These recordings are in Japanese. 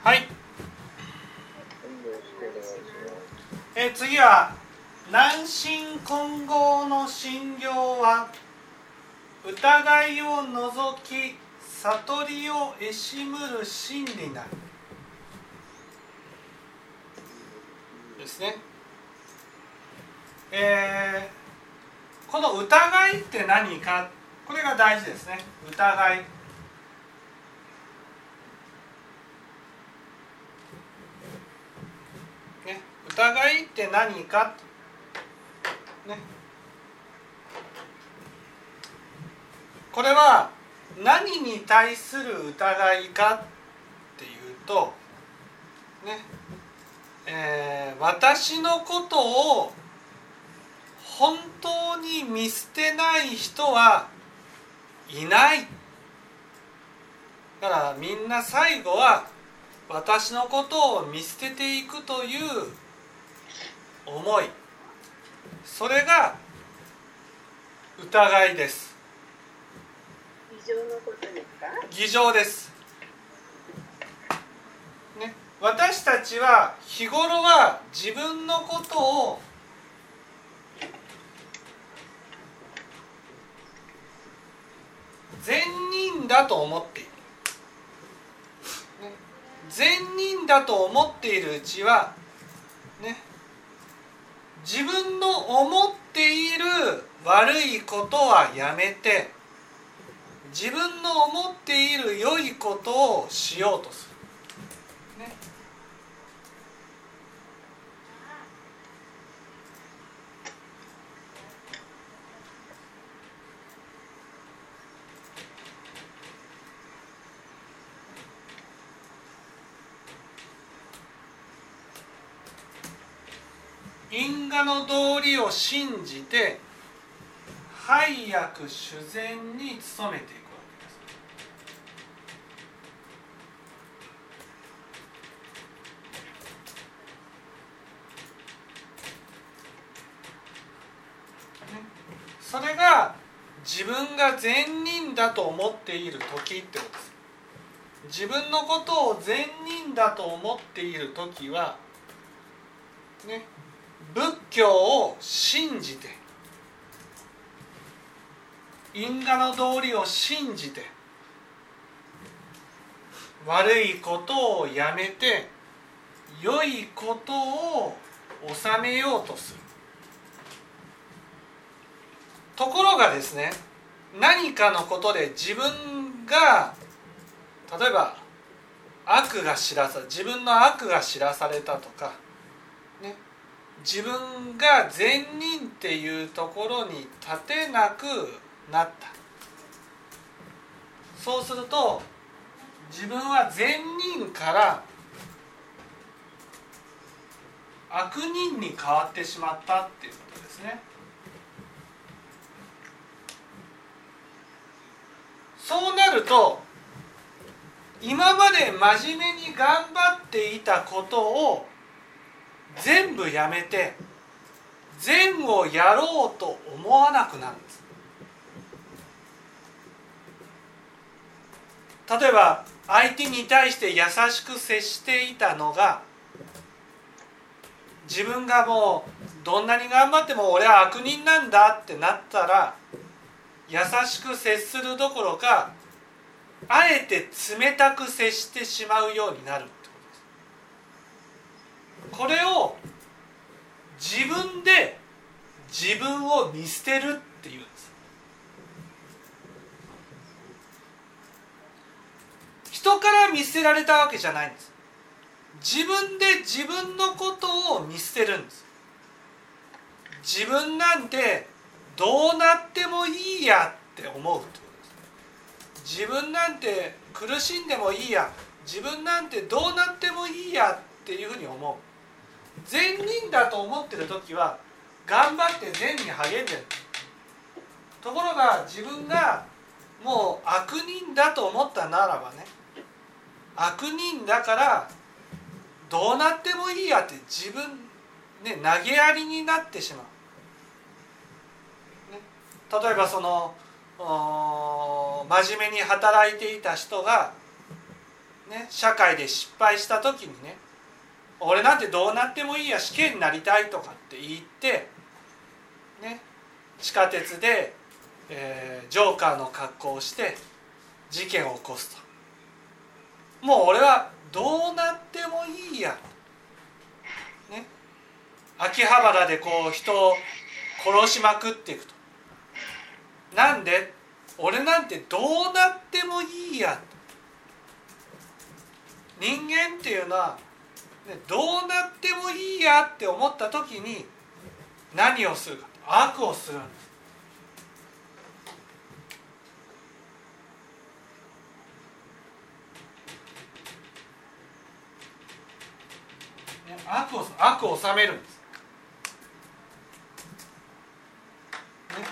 はい。次は難信混合の信行は疑いを除き悟りを得しむる真理なるですね。この疑いって何か、これが大事ですね。疑い、ね、疑いって何か、ね、これは何に対する疑いかっていうと、ね、私のことを本当に見捨てない人はいない。だからみんな最後は私のことを見捨てていくという思い、それが疑いです。 偽情のことですか？ 偽情です、ね、私たちは日頃は自分のことを善人だと思っている、ね、善人だと思っているうちは、ね、自分の思っている悪いことはやめて自分の思っている良いことをしようとする、ね、因果の道理を信じて配役修善に努めていくわけです。それが自分が善人だと思っている時ってことです。自分のことを善人だと思っている時は、ね、仏教を信じて因果の道理を信じて悪いことをやめて良いことを収めようとする。ところがですね、何かのことで自分が例えば自分の悪が知らされたとか、ね、自分が善人っていうところに立てなくなった。そうすると自分は善人から悪人に変わってしまったっていうことですね。そうなると今まで真面目に頑張っていたことを全部やめて善をやろうと思わなくなるんです。例えば相手に対して優しく接していたのが自分がもうどんなに頑張っても俺は悪人なんだってなったら優しく接するどころかあえて冷たく接してしまうようになるってことです。これを自分で自分を見捨てるっていうんです。人から見捨てられたわけじゃないんです。自分で自分のことを見捨てるんです。自分なんてどうなってもいいやって思うってことです。自分なんて苦しんでもいいや、自分なんてどうなってもいいやっていうふうに思う。善人だと思ってる時は頑張って善に励んでる。ところが自分がもう悪人だと思ったならばね、悪人だからどうなってもいいやって自分、ね、投げやりになってしまう、ね、例えばその真面目に働いていた人が、 ね、社会で失敗した時にね、俺なんてどうなってもいいや、死刑になりたいとかって言って、ね、地下鉄で、ジョーカーの格好をして事件を起こすと、もう俺はどうなってもいいや、ね、秋葉原でこう人を殺しまくっていくと、なんで俺なんてどうなってもいいや、人間っていうのは、ね、どうなってもいいやって思った時に何をするか、悪をするんです。悪を収めるんです、ね、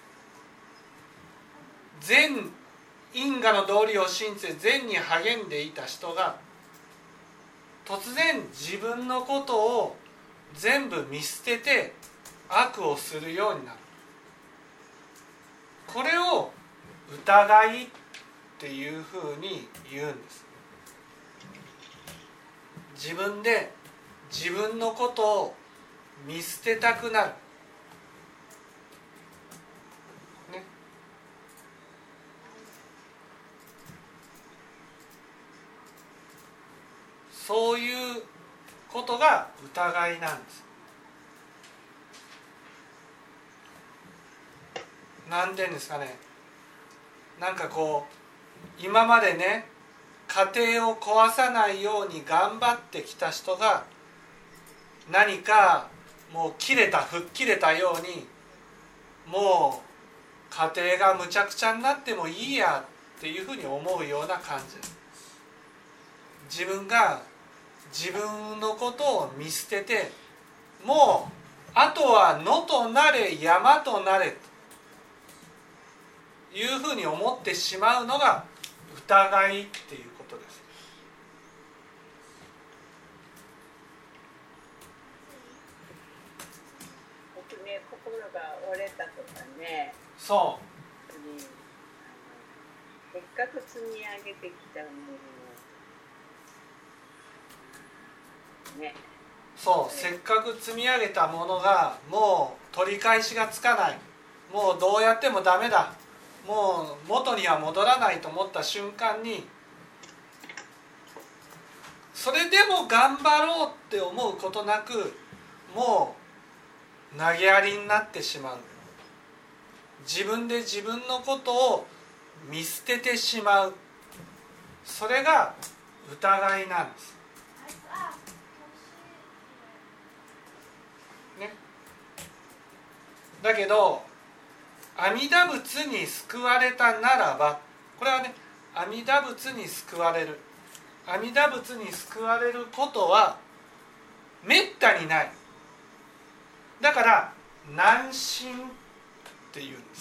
善因果の道理を信じて善に励んでいた人が突然自分のことを全部見捨てて悪をするようになる。これを疑いっていうふうに言うんです。自分で自分のことを見捨てたくなる、ね、そういうことが疑いなんです。なんていうんですかね、なんかこう今までね、家庭を壊さないように頑張ってきた人が何かもう吹っ切れたように、もう家庭がむちゃくちゃになってもいいやっていうふうに思うような感じです。自分が自分のことを見捨てて、もうあとは野となれ山となれというふうに思ってしまうのが疑いっていうことです。 僕ね、心が折れたとかね、 そう、 せっかく積み上げてきたものをね、 そう、せっかく積み上げたものがもう取り返しがつかない、もうどうやってもダメだ、もう元には戻らないと思った瞬間に、それでも頑張ろうって思うことなく、もう投げやりになってしまう。自分で自分のことを見捨ててしまう。それが疑いなんです。ね、だけど阿弥陀仏に救われたならば、これはね、阿弥陀仏に救われる、阿弥陀仏に救われることはめったにない。だから難信っていうんです。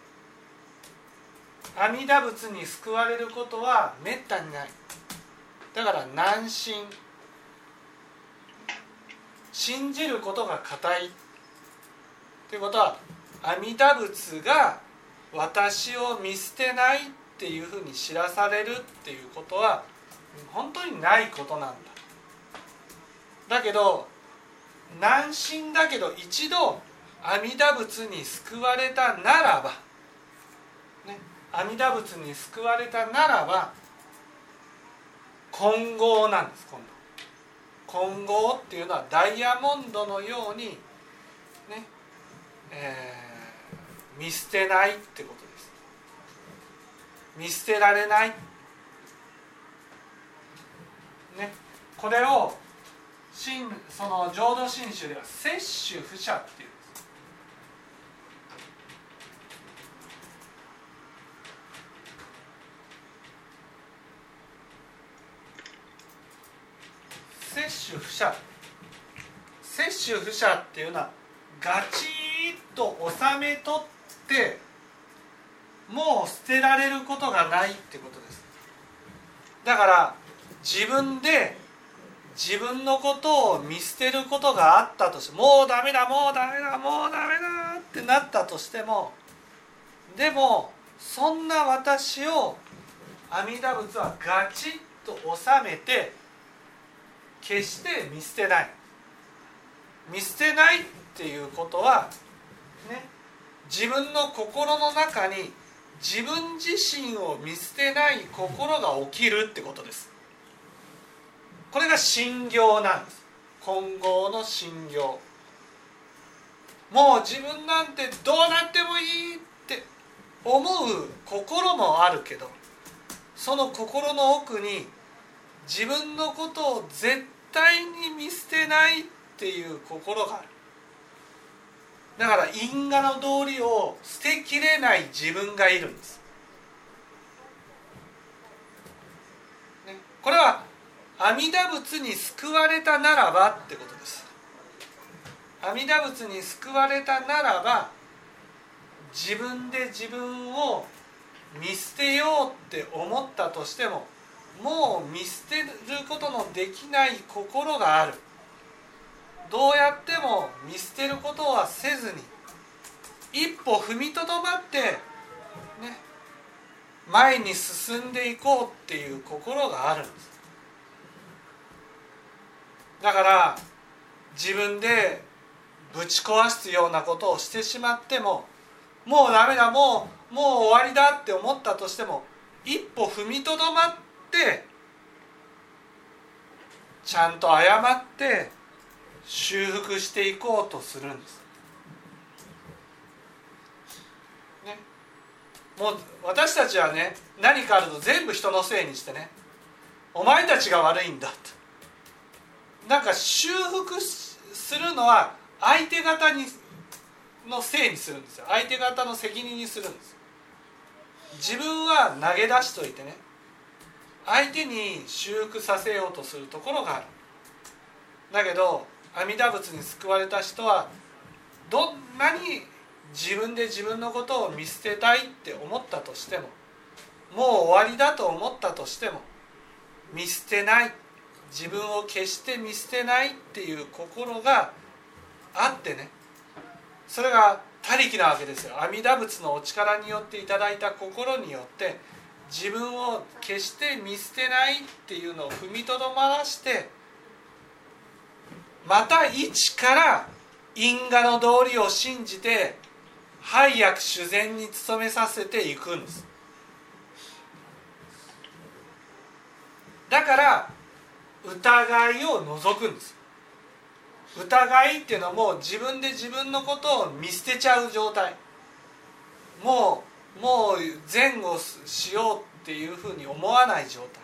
阿弥陀仏に救われることはめったにない。だから難信、信じることが固いということは、阿弥陀仏が私を見捨てないっていうふうに知らされるっていうことは本当にないことなんだ。だけど難信だけど、一度阿弥陀仏に救われたならば、ね、阿弥陀仏に救われたならば金剛なんです。今度金剛っていうのはダイヤモンドのようにね、見捨てないってことです。見捨てられない、ね、これをその浄土真宗では摂取不捨っていうんです。摂取不捨、摂取不捨っていうのはガチッと収めとってもう捨てられることがないってことです。だから自分で自分のことを見捨てることがあったとして、もうダメだもうダメだもうダメだってなったとしても、でもそんな私を阿弥陀仏はガチッと収めて決して見捨てない。見捨てないっていうことはね、自分の心の中に自分自身を見捨てない心が起きるってことです。これが信行なんです。金剛の信行。もう自分なんてどうなってもいいって思う心もあるけど、その心の奥に自分のことを絶対に見捨てないっていう心がある。だから因果の道理を捨てきれない自分がいるんです、ね、これは阿弥陀仏に救われたならばってことです。阿弥陀仏に救われたならば、自分で自分を見捨てようって思ったとしても、もう見捨てることのできない心がある。どうやっても見捨てることはせずに、一歩踏みとどまって、ね、前に進んでいこうっていう心があるんです。だから自分でぶち壊すようなことをしてしまっても、もうダメだ、もう終わりだって思ったとしても、一歩踏みとどまってちゃんと謝って修復していこうとするんです、ね、もう私たちはね、何かあると全部人のせいにしてね、お前たちが悪いんだって、なんか修復するのは相手方のせいにするんですよ。相手方の責任にするんです。自分は投げ出しといてね、相手に修復させようとするところがある。だけど阿弥陀仏に救われた人は、どんなに自分で自分のことを見捨てたいって思ったとしても、もう終わりだと思ったとしても、見捨てない、自分を決して見捨てないっていう心があってね、それが他力なわけですよ。阿弥陀仏のお力によっていただいた心によって、自分を決して見捨てないっていうのを踏みとどまらして、また一から因果の道理を信じて拝薬修善に努めさせていくんです。だから疑いを除くんです。疑いっていうのは、もう自分で自分のことを見捨てちゃう状態、もう善をしようっていうふうに思わない状態、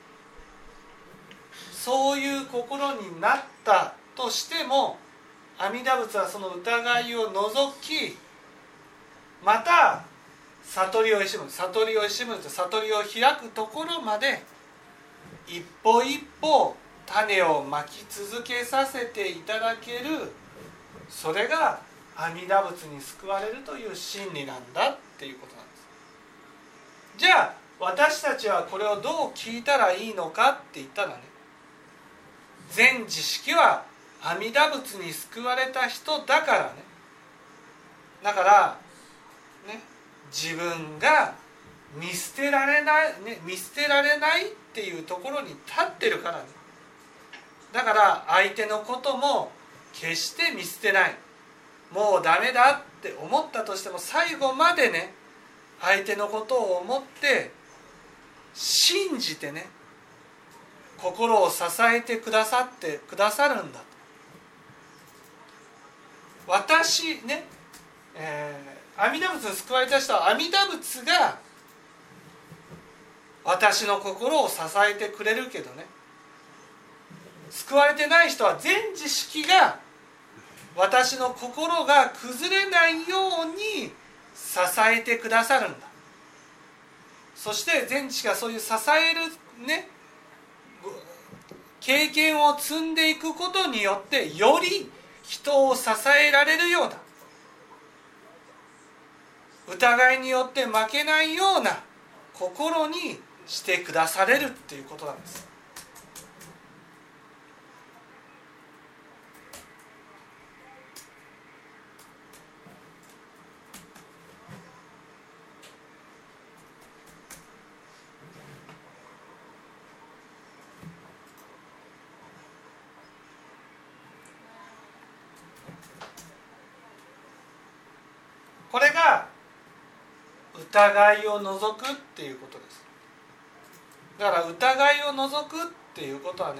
そういう心になったとしても、阿弥陀仏はその疑いを除き、また悟りを得しむ、悟りを得しむと悟りを開くところまで一歩一歩種をまき続けさせていただける、それが阿弥陀仏に救われるという真理なんだっていうことなんです。じゃあ私たちはこれをどう聞いたらいいのかって言ったらね、全知識は阿弥陀仏に救われた人だからね、だからね、自分が見捨てられない、ね、見捨てられないっていうところに立ってるからね。だから相手のことも決して見捨てない。もうダメだって思ったとしても、最後までね、相手のことを思って信じてね、心を支えてくださってくださるんだと。私ね、阿弥陀仏に救われた人は阿弥陀仏が私の心を支えてくれるけどね、救われてない人は全知識が私の心が崩れないように支えてくださるんだ。そして全知識がそういう支えるね、経験を積んでいくことによって、より人を支えられるような、疑いによって負けないような心にしてくだされるっていうことなんです。 これが疑いを除くっていうことです。だから疑いを除くっていうことはね、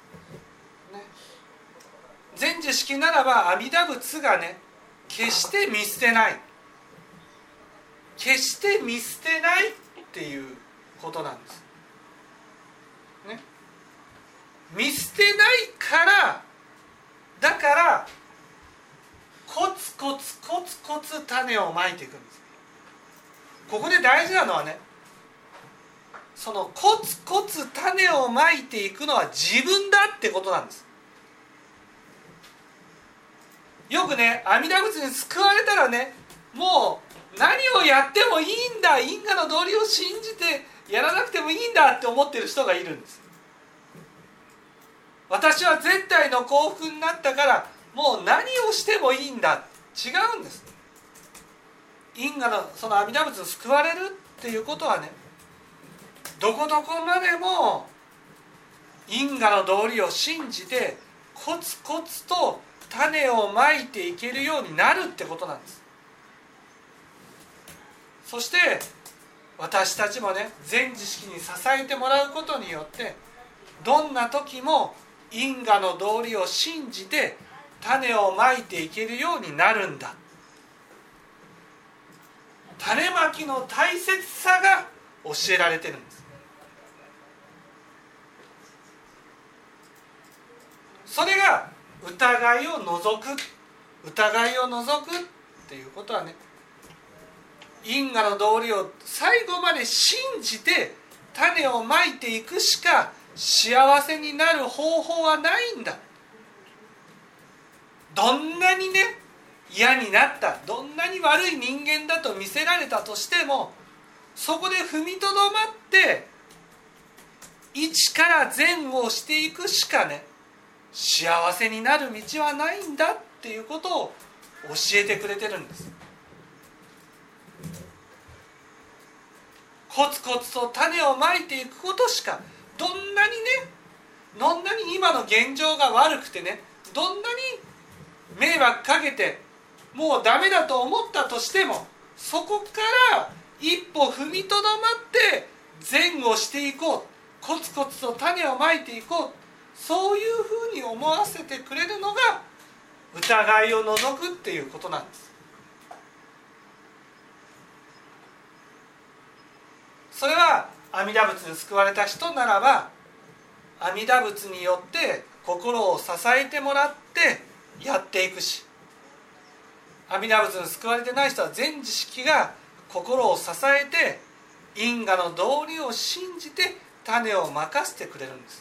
全知識ならば阿弥陀仏がね、決して見捨てない、決して見捨てないっていうことなんです、ね、見捨てないから、だからコツコツコツコツ種をまいていくんです。ここで大事なのはね、そのコツコツ種をまいていくのは自分だってことなんです。よくね、阿弥陀仏に救われたらね、もう何をやってもいいんだ、因果の道理を信じてやらなくてもいいんだって思ってる人がいるんです。私は絶対の幸福になったからもう何をしてもいいんだ。違うんです。因果のその阿弥陀仏に救われるっていうことはね、どこどこまでも因果の道理を信じてコツコツと種をまいていけるようになるってことなんです。そして私たちもね、全知識に支えてもらうことによってどんな時も因果の道理を信じて種をまいていけるようになるんだ。種まきの大切さが教えられてるんです。それが疑いを除く、疑いを除くっていうことはね、因果の道理を最後まで信じて種をまいていくしか幸せになる方法はないんだ。どんなにね、嫌になった、どんなに悪い人間だと見せられたとしても、そこで踏みとどまって一から善をしていくしかね、幸せになる道はないんだっていうことを教えてくれてるんです。コツコツと種をまいていくことしか、どんなに今の現状が悪くてね、どんなに迷惑かけてもうダメだと思ったとしても、そこから一歩踏みとどまって善をしていこう、コツコツと種をまいていこう、そういうふうに思わせてくれるのが疑いを除くっていうことなんです。それは阿弥陀仏に救われた人ならば、阿弥陀仏によって心を支えてもらってやっていくし、阿弥陀仏に救われてない人は全知識が心を支えて因果の道理を信じて種をまかせてくれるんです。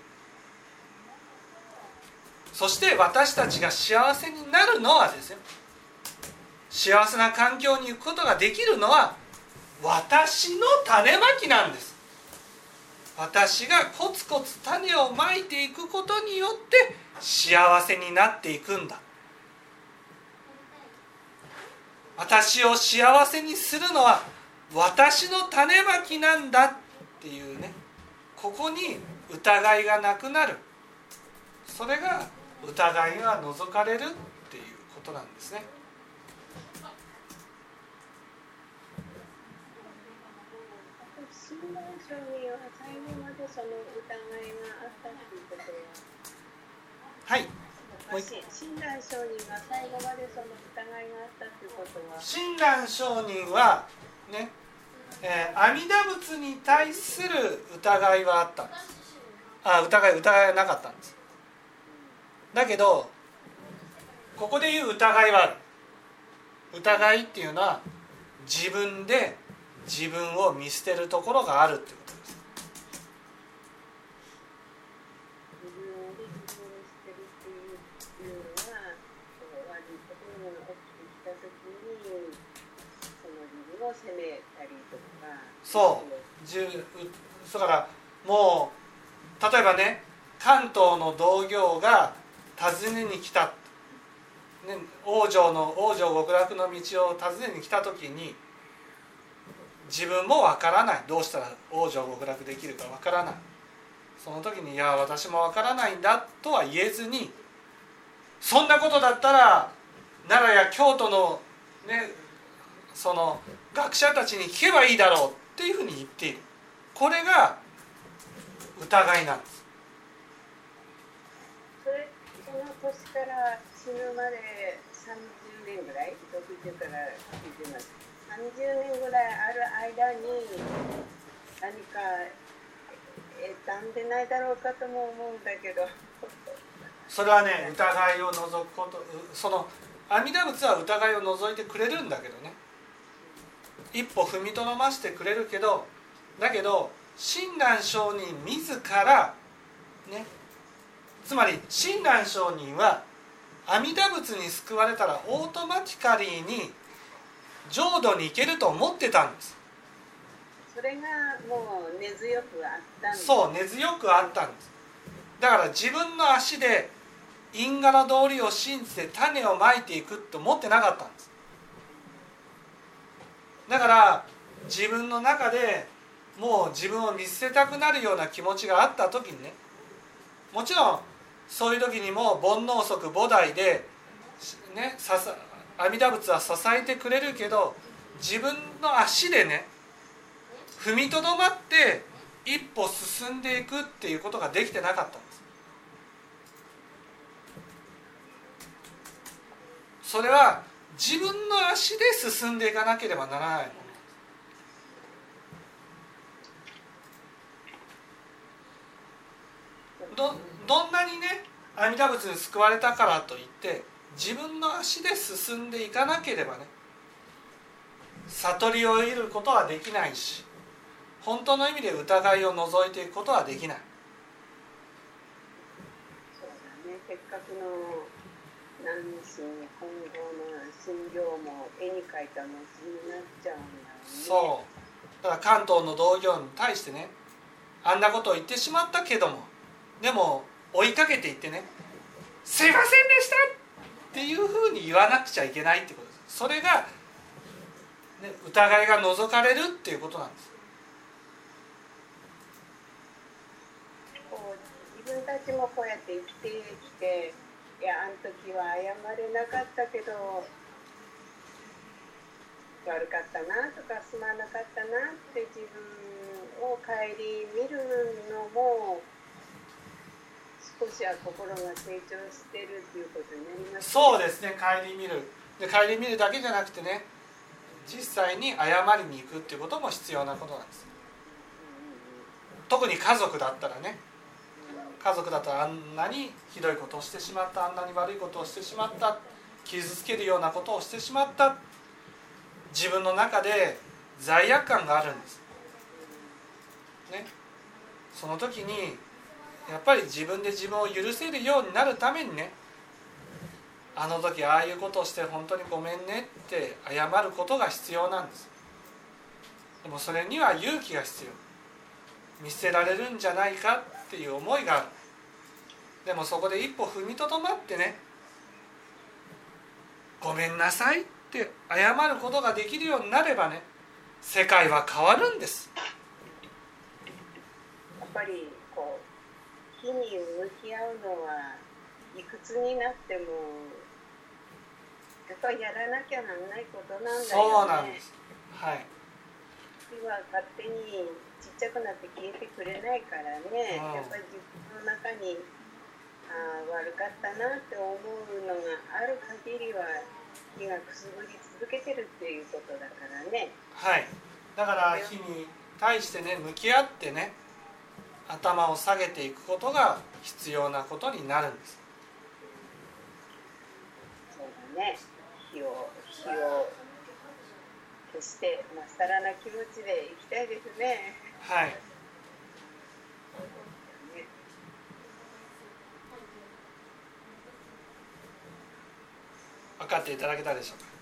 そして私たちが幸せになるのはですよ、幸せな環境に行くことができるのは私の種まきなんです。私がコツコツ種をまいていくことによって幸せになっていくんだ。私を幸せにするのは私の種まきなんだっていうね、ここに疑いがなくなる。それが疑いが除かれるっていうことなんですね。 親鸞聖人は最後までその疑いがあったということは、 はい。 親鸞聖人が最後までその疑いがあったということは、 親鸞聖人はね、阿弥陀仏に対する疑いはあったんです。疑いはなかったんです。だけどここで言う疑いはある。疑いっていうのは自分で自分を見捨てるところがあるってことです。 自分で自分を捨てるっていうのは、悪いことが起きてきたときにその自分を責めたりとか。 そうだからもう例えばね、関東の同業が訪ねに来た、ね、往生極楽の道を訪ねに来た時に自分もわからない、どうしたら往生極楽できるかわからない、その時にいや私もわからないんだとは言えずに、そんなことだったら奈良や京都の、ね、 その学者たちに聞けばいいだろうっていうふうに言っている。これが疑いなんです。 その年から死ぬまで30年ぐらい、60から聞いてます。30年ぐらいある間に何か得たんでないだろうかとも思うんだけど。 それはね、疑いを除くこと、その阿弥陀仏は疑いを除いてくれるんだけどね、一歩踏みとどましてくれるけど、だけど親鸞上人自らね、つまり親鸞上人は阿弥陀仏に救われたらオートマティカリーに浄土に行けると思ってたんです。 それがもう根強くあったんです。 そう、根強くあったんです。だから自分の足で因果の道理を信じて種をまいていくと思ってなかったんです。だから自分の中でもう自分を見捨てたくなるような気持ちがあった時にね、もちろんそういう時にも煩悩即菩提で、ね、阿弥陀仏は支えてくれるけど、自分の足でね踏みとどまって一歩進んでいくっていうことができてなかったんです。それは自分の足で進んでいかなければならないもの。どんなにね阿弥陀仏に救われたからといって自分の足で進んでいかなければね、悟りを得ることはできないし、本当の意味で疑いを除いていくことはできない。 そうだね、せっかくの南心本郷の心経も絵に描いた文字になっちゃうんだよね。 そうだから関東の道行に対してね、あんなことを言ってしまったけども、でも追いかけていってね、すいませんでしたっていうふうに言わなくちゃいけないってことです。それが、ね、疑いが除かれるっていうことなんです。 こう自分たちもこうやって生きてきて、いやあの時は謝れなかったけど悪かったなとかすまなかったなって自分を顧みるのも少しは心が成長してるっていうことになりますね。 そうですね、顧みる。で顧みるだけじゃなくてね、実際に謝りに行くっていうことも必要なことなんです。特に家族だったらね、家族だったらあんなにひどいことをしてしまった、あんなに悪いことをしてしまった、傷つけるようなことをしてしまった、自分の中で罪悪感があるんです、ね、その時にやっぱり自分で自分を許せるようになるためにね、あの時ああいうことをして本当にごめんねって謝ることが必要なんです。でもそれには勇気が必要。見捨てられるんじゃないかっていう思いがある。でもそこで一歩踏みとどまってね、ごめんなさいって謝ることができるようになればね、世界は変わるんです。 やっぱりこう火に向き合うのはいくつになってもやっぱりやらなきゃならないことなんだよね。 そうなんです。はい。 火は勝手にちっちゃくなって消えてくれないからね、やっぱり自分の中に悪かったなって思うのがある限りは火がくすぶり続けてるっていうことだからね。 はい。だから火に対してね、向き合ってね、頭を下げていくことが必要なことになるんです。 そうだね。火を決してまっさらな気持ちでいきたいですね。 はい。分かっていただけたでしょうか。